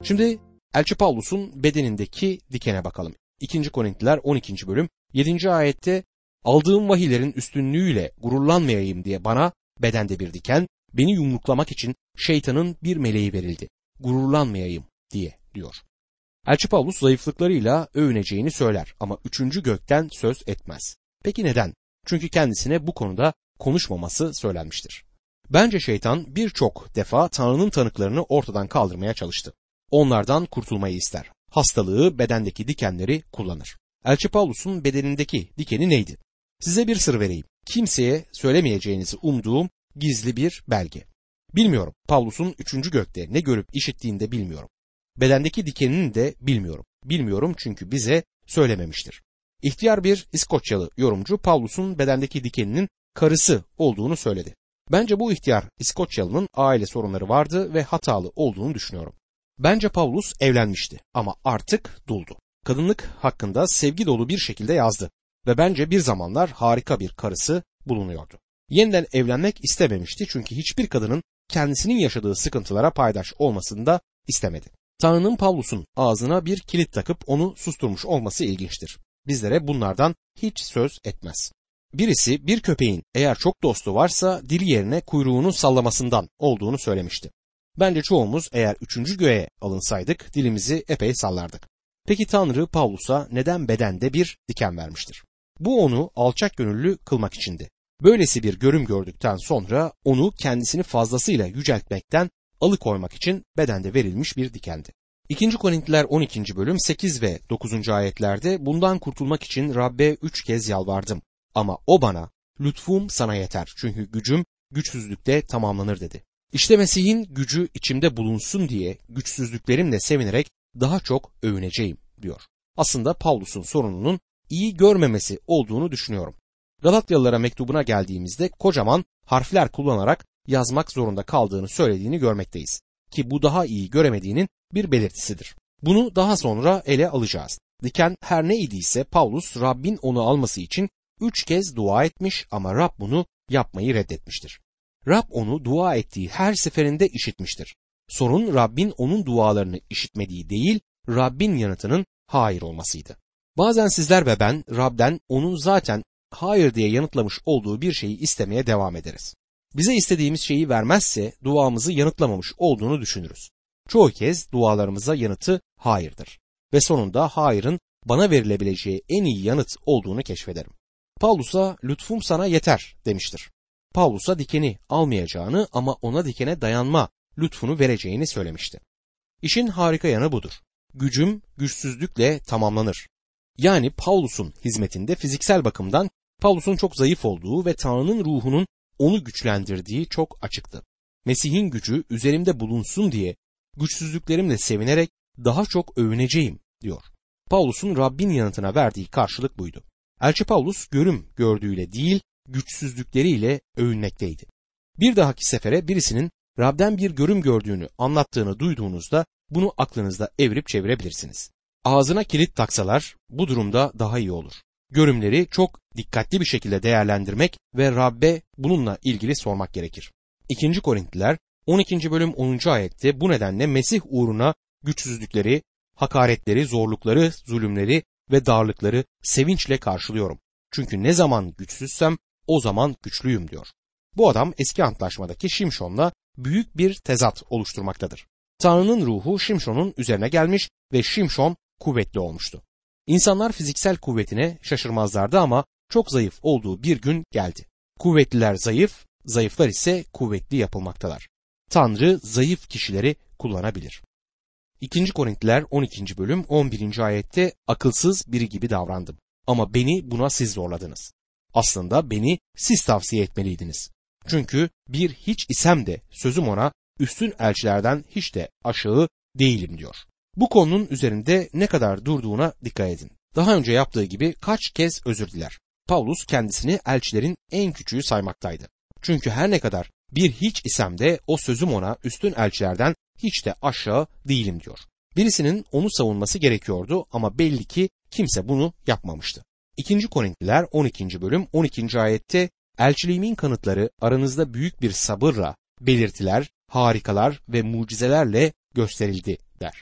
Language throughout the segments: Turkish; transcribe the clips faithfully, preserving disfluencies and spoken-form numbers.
Şimdi Elçi Pavlus'un bedenindeki dikene bakalım. ikinci Korintiler on ikinci bölüm yedinci ayette aldığım vahiylerin üstünlüğüyle gururlanmayayım diye bana bedende bir diken, beni yumruklamak için şeytanın bir meleği verildi. Gururlanmayayım diye diyor. Elçi Pavlus zayıflıklarıyla övüneceğini söyler ama üçüncü gökten söz etmez. Peki neden? Çünkü kendisine bu konuda konuşmaması söylenmiştir. Bence şeytan birçok defa Tanrı'nın tanıklarını ortadan kaldırmaya çalıştı. Onlardan kurtulmayı ister. Hastalığı, bedendeki dikenleri kullanır. Elçi Pavlus'un bedenindeki dikeni neydi? Size bir sır vereyim. Kimseye söylemeyeceğinizi umduğum gizli bir belge. Bilmiyorum. Pavlus'un üçüncü gökte ne görüp işittiğini de bilmiyorum. Bedendeki dikenini de bilmiyorum. Bilmiyorum çünkü bize söylememiştir. İhtiyar bir İskoçyalı yorumcu Pavlus'un bedendeki dikeninin karısı olduğunu söyledi. Bence bu ihtiyar İskoçyalı'nın aile sorunları vardı ve hatalı olduğunu düşünüyorum. Bence Pavlus evlenmişti ama artık duldu. Kadınlık hakkında sevgi dolu bir şekilde yazdı ve bence bir zamanlar harika bir karısı bulunuyordu. Yeniden evlenmek istememişti çünkü hiçbir kadının kendisinin yaşadığı sıkıntılara paydaş olmasını da istemedi. Tanrı'nın Pavlus'un ağzına bir kilit takıp onu susturmuş olması ilginçtir. Bizlere bunlardan hiç söz etmez. Birisi bir köpeğin eğer çok dostu varsa dili yerine kuyruğunu sallamasından olduğunu söylemişti. Bence çoğumuz eğer üçüncü göğe alınsaydık dilimizi epey sallardık. Peki Tanrı Pavlus'a neden bedende bir diken vermiştir? Bu onu alçak gönüllü kılmak içindi. Böylesi bir görüm gördükten sonra onu kendisini fazlasıyla yüceltmekten alıkoymak için bedende verilmiş bir dikendi. ikinci Korintiler on ikinci bölüm sekiz ve dokuzuncu ayetlerde bundan kurtulmak için Rabbe üç kez yalvardım. Ama o bana lütfum sana yeter çünkü gücüm güçsüzlükte tamamlanır dedi. İşte Mesih'in gücü içimde bulunsun diye güçsüzlüklerimle sevinerek daha çok övüneceğim diyor. Aslında Pavlus'un sorununun iyi görmemesi olduğunu düşünüyorum. Galatyalılara mektubuna geldiğimizde kocaman harfler kullanarak yazmak zorunda kaldığını söylediğini görmekteyiz. Ki bu daha iyi göremediğinin bir belirtisidir. Bunu daha sonra ele alacağız. Diken her ne idiyse Pavlus Rabbin onu alması için üç kez dua etmiş ama Rab bunu yapmayı reddetmiştir. Rab onu dua ettiği her seferinde işitmiştir. Sorun Rabbin onun dualarını işitmediği değil, Rabbin yanıtının hayır olmasıydı. Bazen sizler ve ben Rab'den onun zaten hayır diye yanıtlamış olduğu bir şeyi istemeye devam ederiz. Bize istediğimiz şeyi vermezse duamızı yanıtlamamış olduğunu düşünürüz. Çoğu kez dualarımıza yanıtı hayırdır. Ve sonunda hayırın bana verilebileceği en iyi yanıt olduğunu keşfederim. Pavlus'a lütfum sana yeter demiştir. Pavlus'a dikeni almayacağını ama ona dikene dayanma lütfunu vereceğini söylemişti. İşin harika yanı budur. Gücüm güçsüzlükle tamamlanır. Yani Pavlus'un hizmetinde fiziksel bakımdan Pavlus'un çok zayıf olduğu ve Tanrı'nın ruhunun onu güçlendirdiği çok açıktı. Mesih'in gücü üzerimde bulunsun diye güçsüzlüklerimle sevinerek daha çok övüneceğim diyor. Pavlus'un Rabbin yanıtına verdiği karşılık buydu. Elçi Pavlus görüm gördüğüyle değil güçsüzlükleriyle övünmekteydi. Bir dahaki sefere birisinin Rab'den bir görüm gördüğünü anlattığını duyduğunuzda bunu aklınızda evirip çevirebilirsiniz. Ağzına kilit taksalar bu durumda daha iyi olur. Görümleri çok dikkatli bir şekilde değerlendirmek ve Rabbe bununla ilgili sormak gerekir. ikinci Korintliler on ikinci bölüm onuncu ayette bu nedenle Mesih uğruna güçsüzlükleri, hakaretleri, zorlukları, zulümleri ve darlıkları sevinçle karşılıyorum. Çünkü ne zaman güçsüzsem o zaman güçlüyüm diyor. Bu adam eski antlaşmadaki Şimşon'la büyük bir tezat oluşturmaktadır. Tanrı'nın ruhu Şimşon'un üzerine gelmiş ve Şimşon kuvvetli olmuştu. İnsanlar fiziksel kuvvetine şaşırmazlardı ama çok zayıf olduğu bir gün geldi. Kuvvetliler zayıf, zayıflar ise kuvvetli yapılmaktalar. Tanrı zayıf kişileri kullanabilir. ikinci Korintliler on ikinci bölüm on birinci ayette akılsız biri gibi davrandım. Ama beni buna siz zorladınız. Aslında beni siz tavsiye etmeliydiniz. Çünkü bir hiç isem de sözüm ona üstün elçilerden hiç de aşağı değilim diyor. Bu konunun üzerinde ne kadar durduğuna dikkat edin. Daha önce yaptığı gibi kaç kez özür diler. Pavlus kendisini elçilerin en küçüğü saymaktaydı. Çünkü her ne kadar bir hiç isem de o sözüm ona üstün elçilerden hiç de aşağı değilim diyor. Birisinin onu savunması gerekiyordu ama belli ki kimse bunu yapmamıştı. ikinci Korintliler on ikinci bölüm on ikinci ayette elçiliğimin kanıtları aranızda büyük bir sabırla belirtiler, harikalar ve mucizelerle gösterildi der.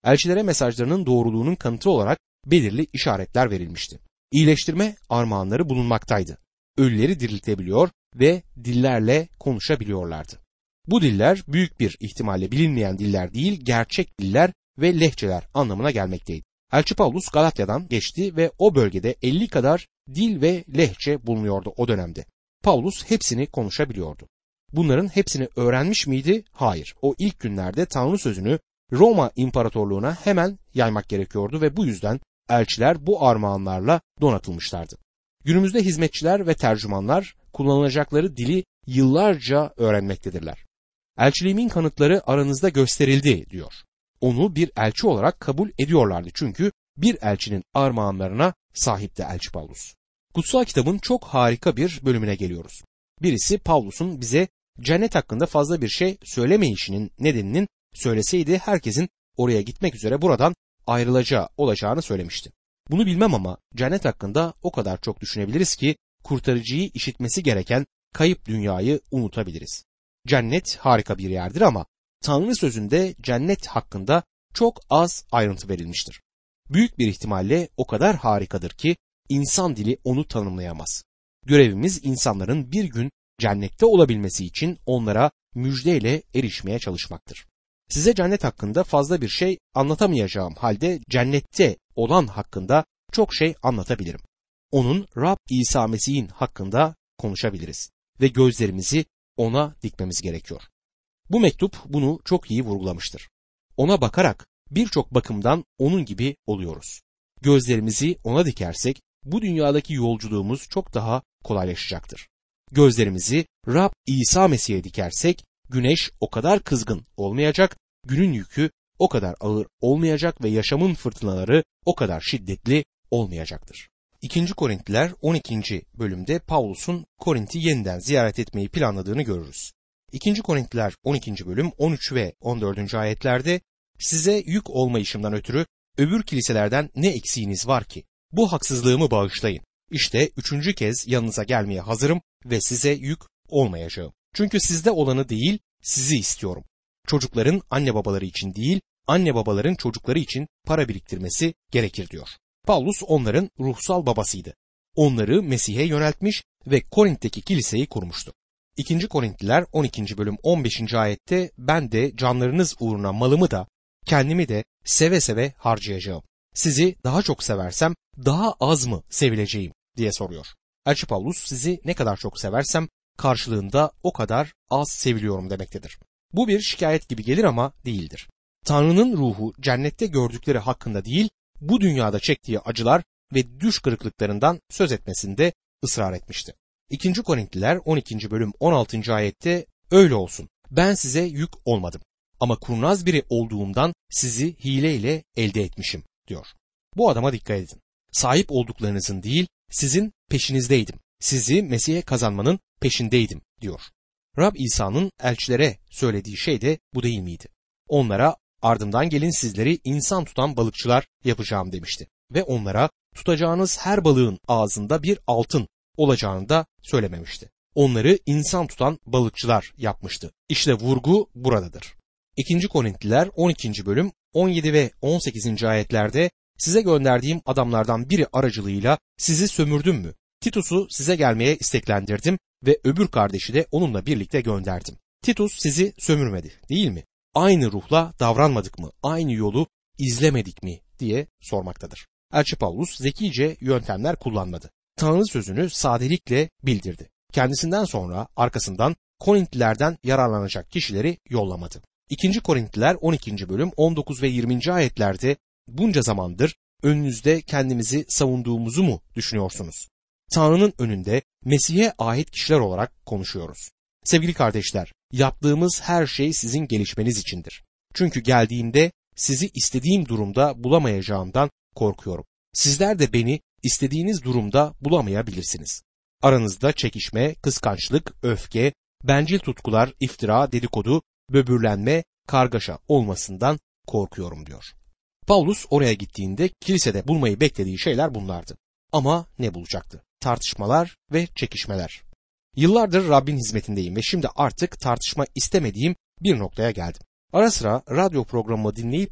Elçilere mesajlarının doğruluğunun kanıtı olarak belirli işaretler verilmişti. İyileştirme armağanları bulunmaktaydı. Ölüleri diriltebiliyor ve dillerle konuşabiliyorlardı. Bu diller büyük bir ihtimalle bilinmeyen diller değil, gerçek diller ve lehçeler anlamına gelmekteydi. Elçi Pavlus Galatya'dan geçti ve o bölgede elli kadar dil ve lehçe bulunuyordu o dönemde. Pavlus hepsini konuşabiliyordu. Bunların hepsini öğrenmiş miydi? Hayır. O ilk günlerde Tanrı sözünü Roma İmparatorluğu'na hemen yaymak gerekiyordu ve bu yüzden elçiler bu armağanlarla donatılmışlardı. Günümüzde hizmetçiler ve tercümanlar kullanılacakları dili yıllarca öğrenmektedirler. Elçiliğimin kanıtları aranızda gösterildi diyor. Onu bir elçi olarak kabul ediyorlardı çünkü bir elçinin armağanlarına sahipti elçi Pavlus. Kutsal kitabın çok harika bir bölümüne geliyoruz. Birisi Pavlus'un bize cennet hakkında fazla bir şey söylemeyişinin nedeninin söyleseydi herkesin oraya gitmek üzere buradan ayrılacağı olacağını söylemişti. Bunu bilmem ama cennet hakkında o kadar çok düşünebiliriz ki kurtarıcıyı işitmesi gereken kayıp dünyayı unutabiliriz. Cennet harika bir yerdir ama Tanrı sözünde cennet hakkında çok az ayrıntı verilmiştir. Büyük bir ihtimalle o kadar harikadır ki insan dili onu tanımlayamaz. Görevimiz insanların bir gün cennette olabilmesi için onlara müjdeyle erişmeye çalışmaktır. Size cennet hakkında fazla bir şey anlatamayacağım halde cennette olan hakkında çok şey anlatabilirim. Onun Rab İsa Mesih'in hakkında konuşabiliriz ve gözlerimizi ona dikmemiz gerekiyor. Bu mektup bunu çok iyi vurgulamıştır. Ona bakarak birçok bakımdan onun gibi oluyoruz. Gözlerimizi ona dikersek bu dünyadaki yolculuğumuz çok daha kolaylaşacaktır. Gözlerimizi Rab İsa Mesih'e dikersek güneş o kadar kızgın olmayacak, günün yükü o kadar ağır olmayacak ve yaşamın fırtınaları o kadar şiddetli olmayacaktır. ikinci Korintliler on ikinci bölümde Pavlus'un Korint'i yeniden ziyaret etmeyi planladığını görürüz. ikinci Korintliler on ikinci bölüm on üç ve on dördüncü ayetlerde size yük olmayışımdan ötürü öbür kiliselerden ne eksiğiniz var ki? Bu haksızlığımı bağışlayın. İşte üçüncü kez yanınıza gelmeye hazırım ve size yük olmayacağım. Çünkü sizde olanı değil, sizi istiyorum. Çocukların anne babaları için değil, anne babaların çocukları için para biriktirmesi gerekir diyor. Pavlus onların ruhsal babasıydı. Onları Mesih'e yöneltmiş ve Korint'teki kiliseyi kurmuştu. ikinci Korintliler on ikinci bölüm on beşinci ayette ben de canlarınız uğruna malımı da kendimi de seve seve harcayacağım. Sizi daha çok seversem daha az mı sevileceğim diye soruyor. Elçi Pavlus sizi ne kadar çok seversem karşılığında o kadar az seviliyorum demektedir. Bu bir şikayet gibi gelir ama değildir. Tanrı'nın ruhu cennette gördükleri hakkında değil, bu dünyada çektiği acılar ve düş kırıklıklarından söz etmesinde ısrar etmişti. ikinci Korintliler on ikinci bölüm on altıncı ayette öyle olsun ben size yük olmadım ama kurnaz biri olduğumdan sizi hileyle elde etmişim diyor. Bu adama dikkat edin. Sahip olduklarınızın değil sizin peşinizdeydim. Sizi Mesih'e kazanmanın peşindeydim diyor. Rab İsa'nın elçilere söylediği şey de bu değil miydi? Onlara ardımdan gelin sizleri insan tutan balıkçılar yapacağım demişti. Ve onlara tutacağınız her balığın ağzında bir altın olacağını da söylememişti. Onları insan tutan balıkçılar yapmıştı. İşte vurgu buradadır. ikinci Korintliler on ikinci bölüm on yedi ve on sekizinci ayetlerde size gönderdiğim adamlardan biri aracılığıyla sizi sömürdüm mü? Titus'u size gelmeye isteklendirdim ve öbür kardeşi de onunla birlikte gönderdim. Titus sizi sömürmedi değil mi? Aynı ruhla davranmadık mı? Aynı yolu izlemedik mi diye sormaktadır. Elçi Pavlus zekice yöntemler kullanmadı. Tanrı sözünü sadelikle bildirdi. Kendisinden sonra arkasından Korintlilerden yararlanacak kişileri yollamadı. ikinci Korintliler on ikinci bölüm on dokuz ve yirminci ayetlerde bunca zamandır önünüzde kendimizi savunduğumuzu mu düşünüyorsunuz? Tanrı'nın önünde Mesih'e ait kişiler olarak konuşuyoruz. Sevgili kardeşler, yaptığımız her şey sizin gelişmeniz içindir. Çünkü geldiğimde sizi istediğim durumda bulamayacağımdan korkuyorum. Sizler de beni istediğiniz durumda bulamayabilirsiniz. Aranızda çekişme, kıskançlık, öfke, bencil tutkular, iftira, dedikodu, böbürlenme, kargaşa olmasından korkuyorum diyor. Pavlus oraya gittiğinde kilisede bulmayı beklediği şeyler bunlardı. Ama ne bulacaktı? Tartışmalar ve çekişmeler. Yıllardır Rabbin hizmetindeyim ve şimdi artık tartışma istemediğim bir noktaya geldim. Ara sıra radyo programımı dinleyip de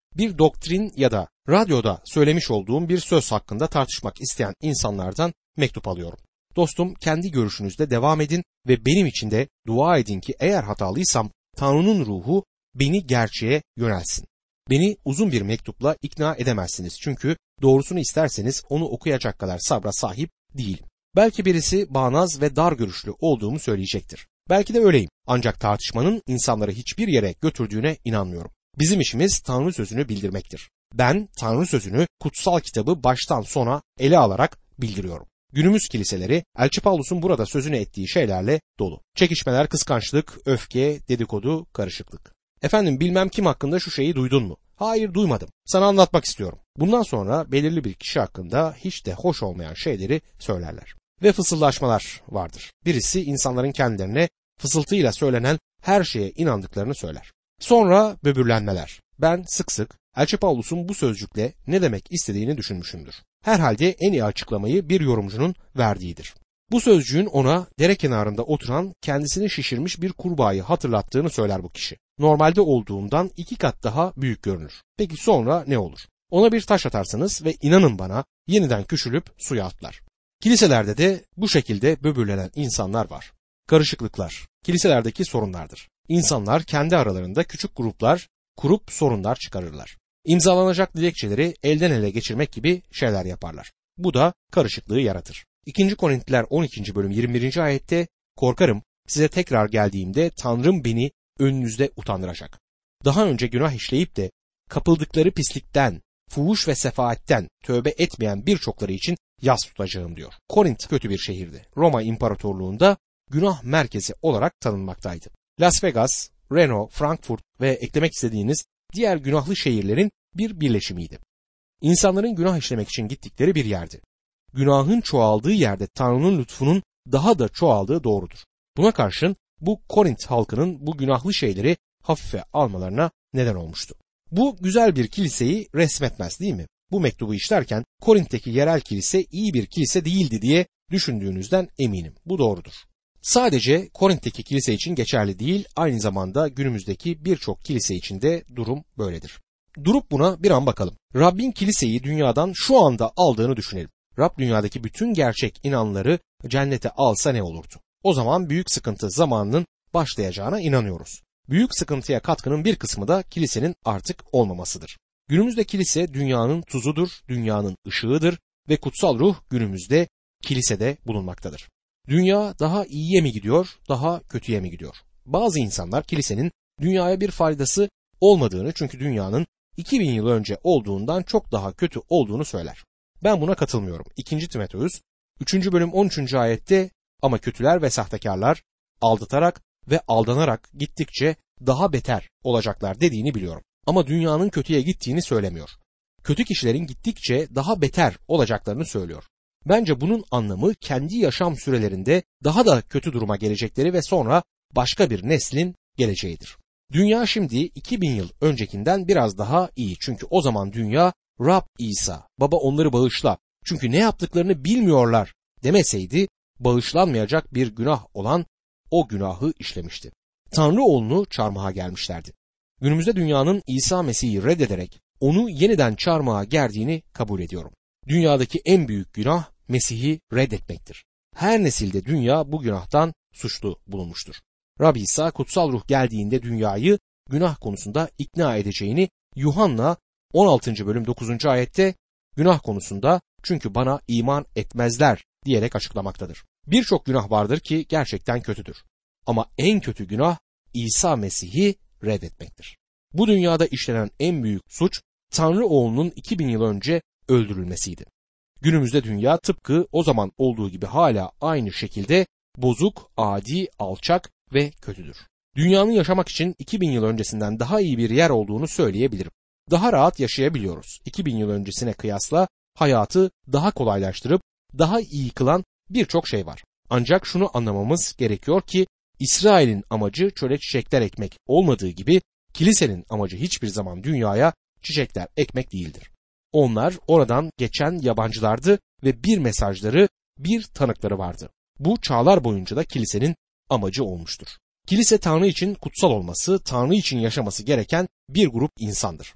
bir doktrin ya da radyoda söylemiş olduğum bir söz hakkında tartışmak isteyen insanlardan mektup alıyorum. Dostum, kendi görüşünüzde devam edin ve benim için de dua edin ki eğer hatalıysam Tanrı'nın ruhu beni gerçeğe yönelsin. Beni uzun bir mektupla ikna edemezsiniz çünkü doğrusunu isterseniz onu okuyacak kadar sabra sahip değilim. Belki birisi bağnaz ve dar görüşlü olduğumu söyleyecektir. Belki de öyleyim. Ancak tartışmanın insanları hiçbir yere götürdüğüne inanmıyorum. Bizim işimiz Tanrı sözünü bildirmektir. Ben Tanrı sözünü, kutsal kitabı baştan sona ele alarak bildiriyorum. Günümüz kiliseleri Elçi Pavlus'un burada sözünü ettiği şeylerle dolu. Çekişmeler, kıskançlık, öfke, dedikodu, karışıklık. Efendim, bilmem kim hakkında şu şeyi duydun mu? Hayır, duymadım. Sana anlatmak istiyorum. Bundan sonra belirli bir kişi hakkında hiç de hoş olmayan şeyleri söylerler. Ve fısıldaşmalar vardır. Birisi insanların kendilerine fısıltıyla söylenen her şeye inandıklarını söyler. Sonra böbürlenmeler. Ben sık sık Elçi Pavlus'un bu sözcükle ne demek istediğini düşünmüşümdür. Herhalde en iyi açıklamayı bir yorumcunun verdiğidir. Bu sözcüğün ona dere kenarında oturan, kendisini şişirmiş bir kurbağayı hatırlattığını söyler bu kişi. Normalde olduğundan iki kat daha büyük görünür. Peki sonra ne olur? Ona bir taş atarsınız ve inanın bana yeniden küçülüp suya atlar. Kiliselerde de bu şekilde böbürlenen insanlar var. Karışıklıklar, kiliselerdeki sorunlardır. İnsanlar kendi aralarında küçük gruplar kurup sorunlar çıkarırlar. İmzalanacak dilekçeleri elden ele geçirmek gibi şeyler yaparlar. Bu da karışıklığı yaratır. İkinci Korintiler on ikinci bölüm yirmi birinci ayette korkarım size tekrar geldiğimde Tanrım beni önünüzde utandıracak. Daha önce günah işleyip de kapıldıkları pislikten, fuhuş ve sefaatten tövbe etmeyen birçokları için yas tutacağım diyor. Korint kötü bir şehirdi. Roma İmparatorluğu'nda günah merkezi olarak tanınmaktaydı. Las Vegas, Reno, Frankfurt ve eklemek istediğiniz diğer günahlı şehirlerin bir birleşimiydi. İnsanların günah işlemek için gittikleri bir yerdi. Günahın çoğaldığı yerde Tanrı'nın lütfunun daha da çoğaldığı doğrudur. Buna karşın bu Korint halkının bu günahlı şeyleri hafife almalarına neden olmuştu. Bu güzel bir kiliseyi resmetmez değil mi? Bu mektubu işlerken Korint'teki yerel kilise iyi bir kilise değildi diye düşündüğünüzden eminim. Bu doğrudur. Sadece Korint'teki kilise için geçerli değil, aynı zamanda günümüzdeki birçok kilise için de durum böyledir. Durup buna bir an bakalım. Rabbin kiliseyi dünyadan şu anda aldığını düşünelim. Rab dünyadaki bütün gerçek inanları cennete alsa ne olurdu? O zaman büyük sıkıntı zamanının başlayacağına inanıyoruz. Büyük sıkıntıya katkının bir kısmı da kilisenin artık olmamasıdır. Günümüzde kilise dünyanın tuzudur, dünyanın ışığıdır ve kutsal ruh günümüzde kilisede bulunmaktadır. Dünya daha iyiye mi gidiyor, daha kötüye mi gidiyor? Bazı insanlar kilisenin dünyaya bir faydası olmadığını, çünkü dünyanın iki bin yıl önce olduğundan çok daha kötü olduğunu söyler. Ben buna katılmıyorum. İkinci Timoteus üçüncü bölüm on üçüncü ayette ama kötüler ve sahtekarlar aldatarak ve aldanarak gittikçe daha beter olacaklar dediğini biliyorum. Ama dünyanın kötüye gittiğini söylemiyor. Kötü kişilerin gittikçe daha beter olacaklarını söylüyor. Bence bunun anlamı kendi yaşam sürelerinde daha da kötü duruma gelecekleri ve sonra başka bir neslin geleceğidir. Dünya şimdi iki bin yıl öncekinden biraz daha iyi, çünkü o zaman dünya Rab İsa, Baba onları bağışla çünkü ne yaptıklarını bilmiyorlar demeseydi bağışlanmayacak bir günah olan o günahı işlemişti. Tanrı oğlunu çarmıha germişlerdi. Günümüzde dünyanın İsa Mesih'i reddederek onu yeniden çarmıha gerdiğini kabul ediyorum. Dünyadaki en büyük günah Mesih'i reddetmektir. Her nesilde dünya bu günahtan suçlu bulunmuştur. Rab İsa kutsal ruh geldiğinde dünyayı günah konusunda ikna edeceğini Yuhanna on altıncı bölüm dokuzuncu ayette günah konusunda çünkü bana iman etmezler diyerek açıklamaktadır. Birçok günah vardır ki gerçekten kötüdür. Ama en kötü günah İsa Mesih'i reddetmektir. Bu dünyada işlenen en büyük suç Tanrı oğlunun iki bin yıl önce öldürülmesiydi. Günümüzde dünya tıpkı o zaman olduğu gibi hala aynı şekilde bozuk, adi, alçak ve kötüdür. Dünyanın yaşamak için iki bin yıl öncesinden daha iyi bir yer olduğunu söyleyebilirim. Daha rahat yaşayabiliyoruz. iki bin yıl öncesine kıyasla hayatı daha kolaylaştırıp daha iyi kılan birçok şey var. Ancak şunu anlamamız gerekiyor ki İsrail'in amacı çöle çiçekler ekmek olmadığı gibi kilisenin amacı hiçbir zaman dünyaya çiçekler ekmek değildir. Onlar oradan geçen yabancılardı ve bir mesajları, bir tanıkları vardı. Bu çağlar boyunca da kilisenin amacı olmuştur. Kilise Tanrı için kutsal olması, Tanrı için yaşaması gereken bir grup insandır.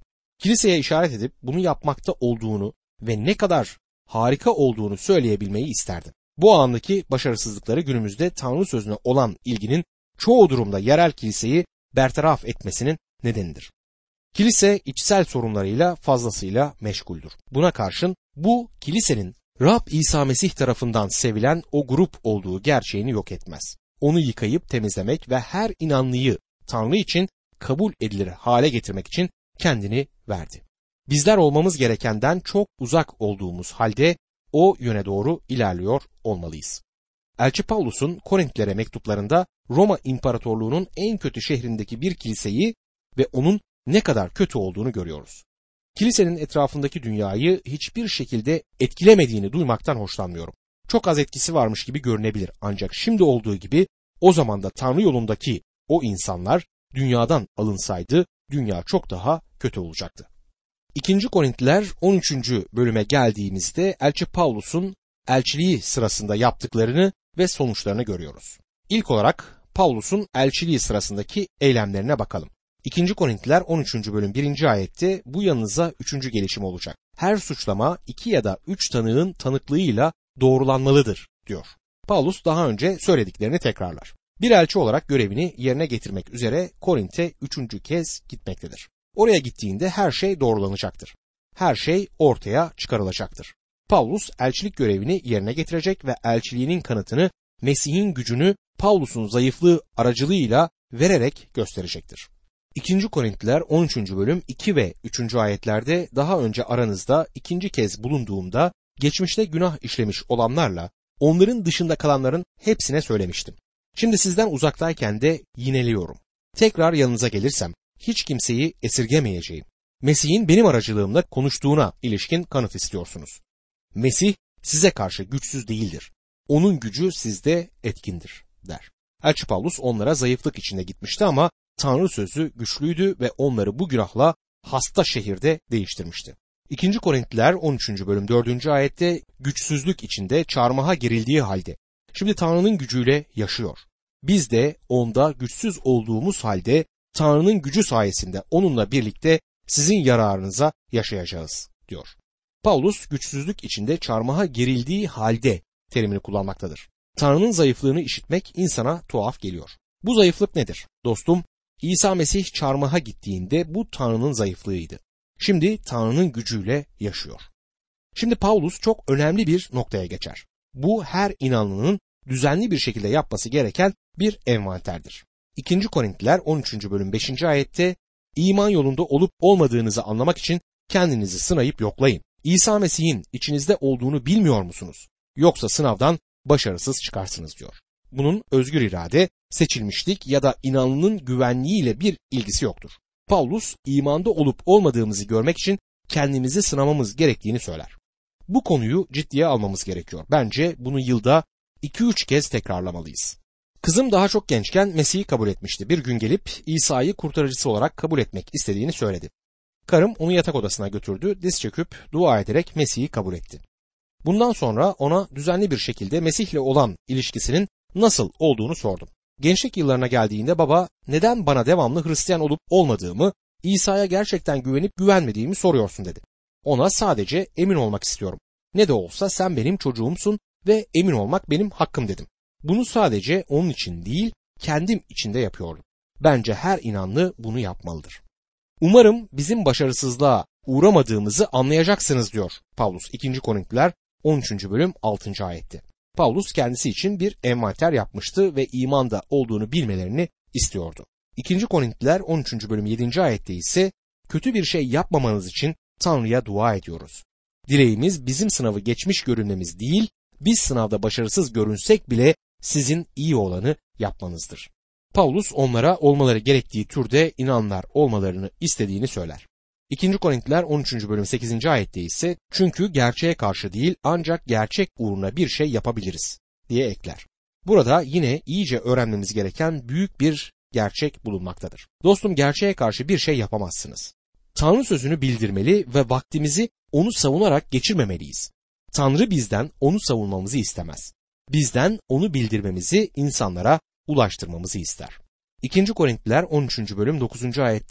Kiliseye işaret edip bunu yapmakta olduğunu ve ne kadar harika olduğunu söyleyebilmeyi isterdi. Bu andaki başarısızlıkları günümüzde Tanrı sözüne olan ilginin çoğu durumda yerel kiliseyi bertaraf etmesinin nedenidir. Kilise içsel sorunlarıyla fazlasıyla meşguldür. Buna karşın bu kilisenin Rab İsa Mesih tarafından sevilen o grup olduğu gerçeğini yok etmez. Onu yıkayıp temizlemek ve her inanlıyı Tanrı için kabul edilir hale getirmek için kendini verdi. Bizler olmamız gerekenden çok uzak olduğumuz halde o yöne doğru ilerliyor olmalıyız. Elçi Pavlus'un Korintlilere mektuplarında Roma İmparatorluğu'nun en kötü şehrindeki bir kiliseyi ve onun ne kadar kötü olduğunu görüyoruz. Kilisenin etrafındaki dünyayı hiçbir şekilde etkilemediğini duymaktan hoşlanmıyorum. Çok az etkisi varmış gibi görünebilir, ancak şimdi olduğu gibi o zaman da Tanrı yolundaki o insanlar dünyadan alınsaydı dünya çok daha kötü olacaktı. İkinci Korintiler on üçüncü bölüme geldiğimizde Elçi Pavlus'un elçiliği sırasında yaptıklarını ve sonuçlarını görüyoruz. İlk olarak Pavlus'un elçiliği sırasındaki eylemlerine bakalım. İkinci Korintiler on üçüncü bölüm birinci ayette bu yanınıza üçüncü gelişim olacak. Her suçlama iki ya da üç tanığın tanıklığıyla doğrulanmalıdır diyor. Pavlus daha önce söylediklerini tekrarlar. Bir elçi olarak görevini yerine getirmek üzere Korint'e üçüncü kez gitmektedir. Oraya gittiğinde her şey doğrulanacaktır. Her şey ortaya çıkarılacaktır. Pavlus elçilik görevini yerine getirecek ve elçiliğinin kanıtını Mesih'in gücünü Pavlus'un zayıflığı aracılığıyla vererek gösterecektir. İkinci Korintiler on üçüncü bölüm iki ve üçüncü ayetlerde daha önce aranızda ikinci kez bulunduğumda geçmişte günah işlemiş olanlarla onların dışında kalanların hepsine söylemiştim. Şimdi sizden uzaktayken de yineliyorum. Tekrar yanınıza gelirsem hiç kimseyi esirgemeyeceğim. Mesih'in benim aracılığımla konuştuğuna ilişkin kanıt istiyorsunuz. Mesih size karşı güçsüz değildir. Onun gücü sizde etkindir der. Elçi Pavlus onlara zayıflık içinde gitmişti ama Tanrı sözü güçlüydü ve onları bu günahla hasta şehirde değiştirmişti. İkinci Korintiler on üçüncü bölüm dördüncü ayette güçsüzlük içinde çarmıha gerildiği halde şimdi Tanrı'nın gücüyle yaşıyor. Biz de onda güçsüz olduğumuz halde Tanrı'nın gücü sayesinde onunla birlikte sizin yararınıza yaşayacağız diyor. Pavlus güçsüzlük içinde çarmıha gerildiği halde terimini kullanmaktadır. Tanrı'nın zayıflığını işitmek insana tuhaf geliyor. Bu zayıflık nedir? Dostum, İsa Mesih çarmıha gittiğinde bu Tanrı'nın zayıflığıydı. Şimdi Tanrı'nın gücüyle yaşıyor. Şimdi Pavlus çok önemli bir noktaya geçer. Bu her inanlının düzenli bir şekilde yapması gereken bir envanterdir. İkinci Korintiler on üçüncü bölüm beşinci ayette iman yolunda olup olmadığınızı anlamak için kendinizi sınayıp yoklayın. İsa Mesih'in içinizde olduğunu bilmiyor musunuz? Yoksa sınavdan başarısız çıkarsınız diyor. Bunun özgür irade, seçilmişlik ya da inanlının güvenliğiyle bir ilgisi yoktur. Pavlus imanda olup olmadığımızı görmek için kendimizi sınamamız gerektiğini söyler. Bu konuyu ciddiye almamız gerekiyor. Bence bunu yılda iki üç kez tekrarlamalıyız. Kızım daha çok gençken Mesih'i kabul etmişti. Bir gün gelip İsa'yı kurtarıcısı olarak kabul etmek istediğini söyledi. Karım onu yatak odasına götürdü, diz çöküp dua ederek Mesih'i kabul etti. Bundan sonra ona düzenli bir şekilde Mesih'le olan ilişkisinin nasıl olduğunu sordum. Gençlik yıllarına geldiğinde baba neden bana devamlı Hristiyan olup olmadığımı, İsa'ya gerçekten güvenip güvenmediğimi soruyorsun dedi. Ona sadece emin olmak istiyorum. Ne de olsa sen benim çocuğumsun ve emin olmak benim hakkım dedim. Bunu sadece onun için değil, kendim için de yapıyordum. Bence her inanlı bunu yapmalıdır. Umarım bizim başarısızlığa uğramadığımızı anlayacaksınız diyor Pavlus ikinci Korintiler on üçüncü bölüm altıncı ayette. Pavlus kendisi için bir envanter yapmıştı ve imanda olduğunu bilmelerini istiyordu. ikinci Korintiler on üçüncü bölüm yedinci ayette ise kötü bir şey yapmamanız için Tanrı'ya dua ediyoruz. Dileğimiz bizim sınavı geçmiş görünmemiz değil, biz sınavda başarısız görünsek bile sizin iyi olanı yapmanızdır. Pavlus onlara olmaları gerektiği türde inanlar olmalarını istediğini söyler. ikinci Korintiler on üçüncü bölüm sekizinci ayette ise çünkü gerçeğe karşı değil ancak gerçek uğruna bir şey yapabiliriz diye ekler. Burada yine iyice öğrenmemiz gereken büyük bir gerçek bulunmaktadır. Dostum gerçeğe karşı bir şey yapamazsınız. Tanrı sözünü bildirmeli ve vaktimizi onu savunarak geçirmemeliyiz. Tanrı bizden onu savunmamızı istemez. Bizden onu bildirmemizi, insanlara ulaştırmamızı ister. ikinci Korintiler on üçüncü bölüm dokuzuncu ayette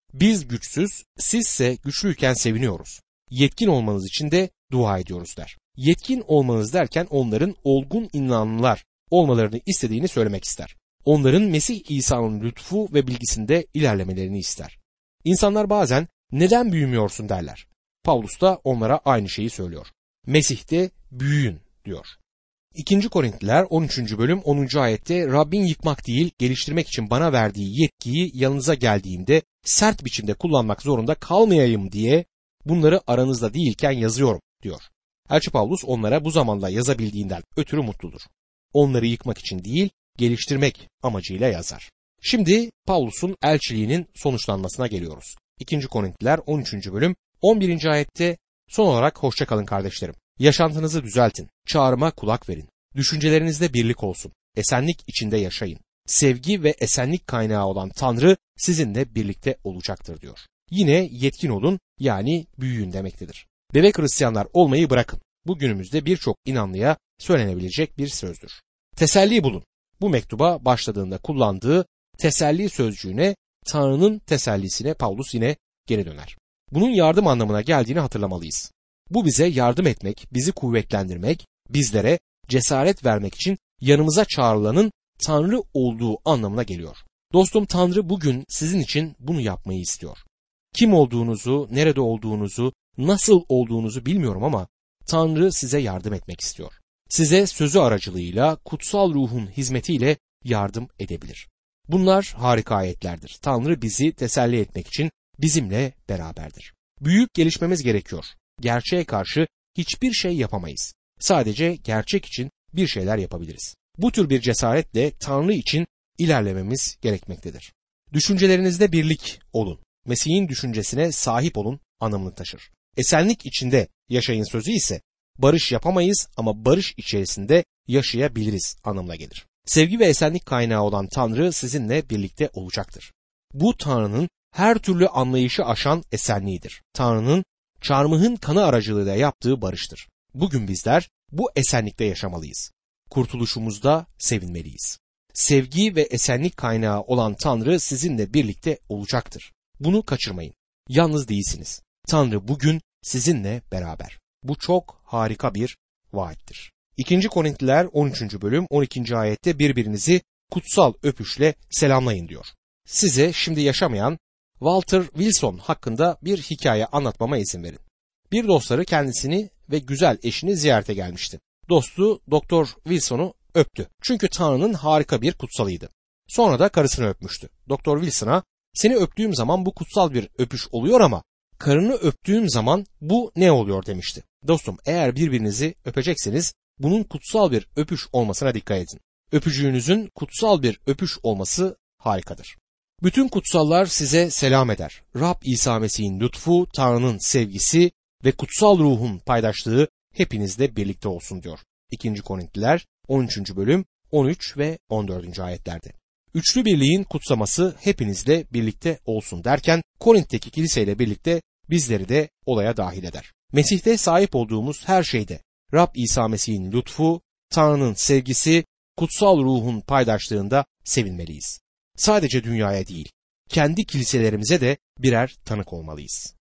Biz güçsüz, sizse güçlüyken seviniyoruz. Yetkin olmanız için de dua ediyoruz der. Yetkin olmanız derken onların olgun inanlılar olmalarını istediğini söylemek ister. Onların Mesih İsa'nın lütfu ve bilgisinde ilerlemelerini ister. İnsanlar bazen neden büyümüyorsun derler. Pavlus da onlara aynı şeyi söylüyor. Mesih'te büyüyün diyor. İkinci Korintliler on üçüncü bölüm onuncu ayette Rabbin yıkmak değil geliştirmek için bana verdiği yetkiyi yanınıza geldiğimde sert biçimde kullanmak zorunda kalmayayım diye bunları aranızda değilken yazıyorum diyor. Elçi Pavlus onlara bu zamanda yazabildiğinden ötürü mutludur. Onları yıkmak için değil geliştirmek amacıyla yazar. Şimdi Pavlus'un elçiliğinin sonuçlanmasına geliyoruz. İkinci Korintliler on üçüncü bölüm on birinci ayette son olarak hoşça kalın kardeşlerim. Yaşantınızı düzeltin, çağrıma kulak verin, düşüncelerinizde birlik olsun, esenlik içinde yaşayın. Sevgi ve esenlik kaynağı olan Tanrı sizinle birlikte olacaktır diyor. Yine yetkin olun yani büyüyün demektedir. Bebek Hristiyanlar olmayı bırakın. Bu günümüzde birçok inanlıya söylenebilecek bir sözdür. Teselli bulun. Bu mektuba başladığında kullandığı teselli sözcüğüne, Tanrı'nın tesellisine Pavlus yine geri döner. Bunun yardım anlamına geldiğini hatırlamalıyız. Bu bize yardım etmek, bizi kuvvetlendirmek, bizlere cesaret vermek için yanımıza çağrılanın Tanrı olduğu anlamına geliyor. Dostum, Tanrı bugün sizin için bunu yapmayı istiyor. Kim olduğunuzu, nerede olduğunuzu, nasıl olduğunuzu bilmiyorum ama Tanrı size yardım etmek istiyor. Size sözü aracılığıyla, kutsal ruhun hizmetiyle yardım edebilir. Bunlar harika ayetlerdir. Tanrı bizi teselli etmek için bizimle beraberdir. Büyüyüp gelişmemiz gerekiyor. Gerçeğe karşı hiçbir şey yapamayız. Sadece gerçek için bir şeyler yapabiliriz. Bu tür bir cesaretle Tanrı için ilerlememiz gerekmektedir. Düşüncelerinizde birlik olun. Mesih'in düşüncesine sahip olun anlamını taşır. Esenlik içinde yaşayın sözü ise barış yapamayız ama barış içerisinde yaşayabiliriz anlamına gelir. Sevgi ve esenlik kaynağı olan Tanrı sizinle birlikte olacaktır. Bu Tanrı'nın her türlü anlayışı aşan esenliğidir. Tanrı'nın çarmıhın kanı aracılığıyla yaptığı barıştır. Bugün bizler bu esenlikte yaşamalıyız. Kurtuluşumuzda sevinmeliyiz. Sevgi ve esenlik kaynağı olan Tanrı sizinle birlikte olacaktır. Bunu kaçırmayın. Yalnız değilsiniz. Tanrı bugün sizinle beraber. Bu çok harika bir vaattir. İkinci Korintliler on üçüncü bölüm on ikinci ayette birbirinizi kutsal öpüşle selamlayın diyor. Size şimdi yaşamayan Walter Wilson hakkında bir hikaye anlatmama izin verin. Bir dostları kendisini ve güzel eşini ziyarete gelmişti. Dostu Doktor Wilson'u öptü. Çünkü Tanrı'nın harika bir kutsalıydı. Sonra da karısını öpmüştü. Doktor Wilson'a seni öptüğüm zaman bu kutsal bir öpüş oluyor ama karını öptüğüm zaman bu ne oluyor demişti. Dostum, eğer birbirinizi öpecekseniz bunun kutsal bir öpüş olmasına dikkat edin. Öpücüğünüzün kutsal bir öpüş olması harikadır. Bütün kutsallar size selam eder. Rab İsa Mesih'in lütfu, Tanrı'nın sevgisi ve kutsal ruhun paydaşlığı hepinizle birlikte olsun diyor. İkinci Korintliler on üçüncü bölüm on üç ve on dördüncü ayetlerde. Üçlü birliğin kutsaması hepinizle birlikte olsun derken Korint'teki kiliseyle birlikte bizleri de olaya dahil eder. Mesih'te sahip olduğumuz her şeyde Rab İsa Mesih'in lütfu, Tanrı'nın sevgisi, kutsal ruhun paydaşlığında sevinmeliyiz. Sadece dünyaya değil, kendi kiliselerimize de birer tanık olmalıyız.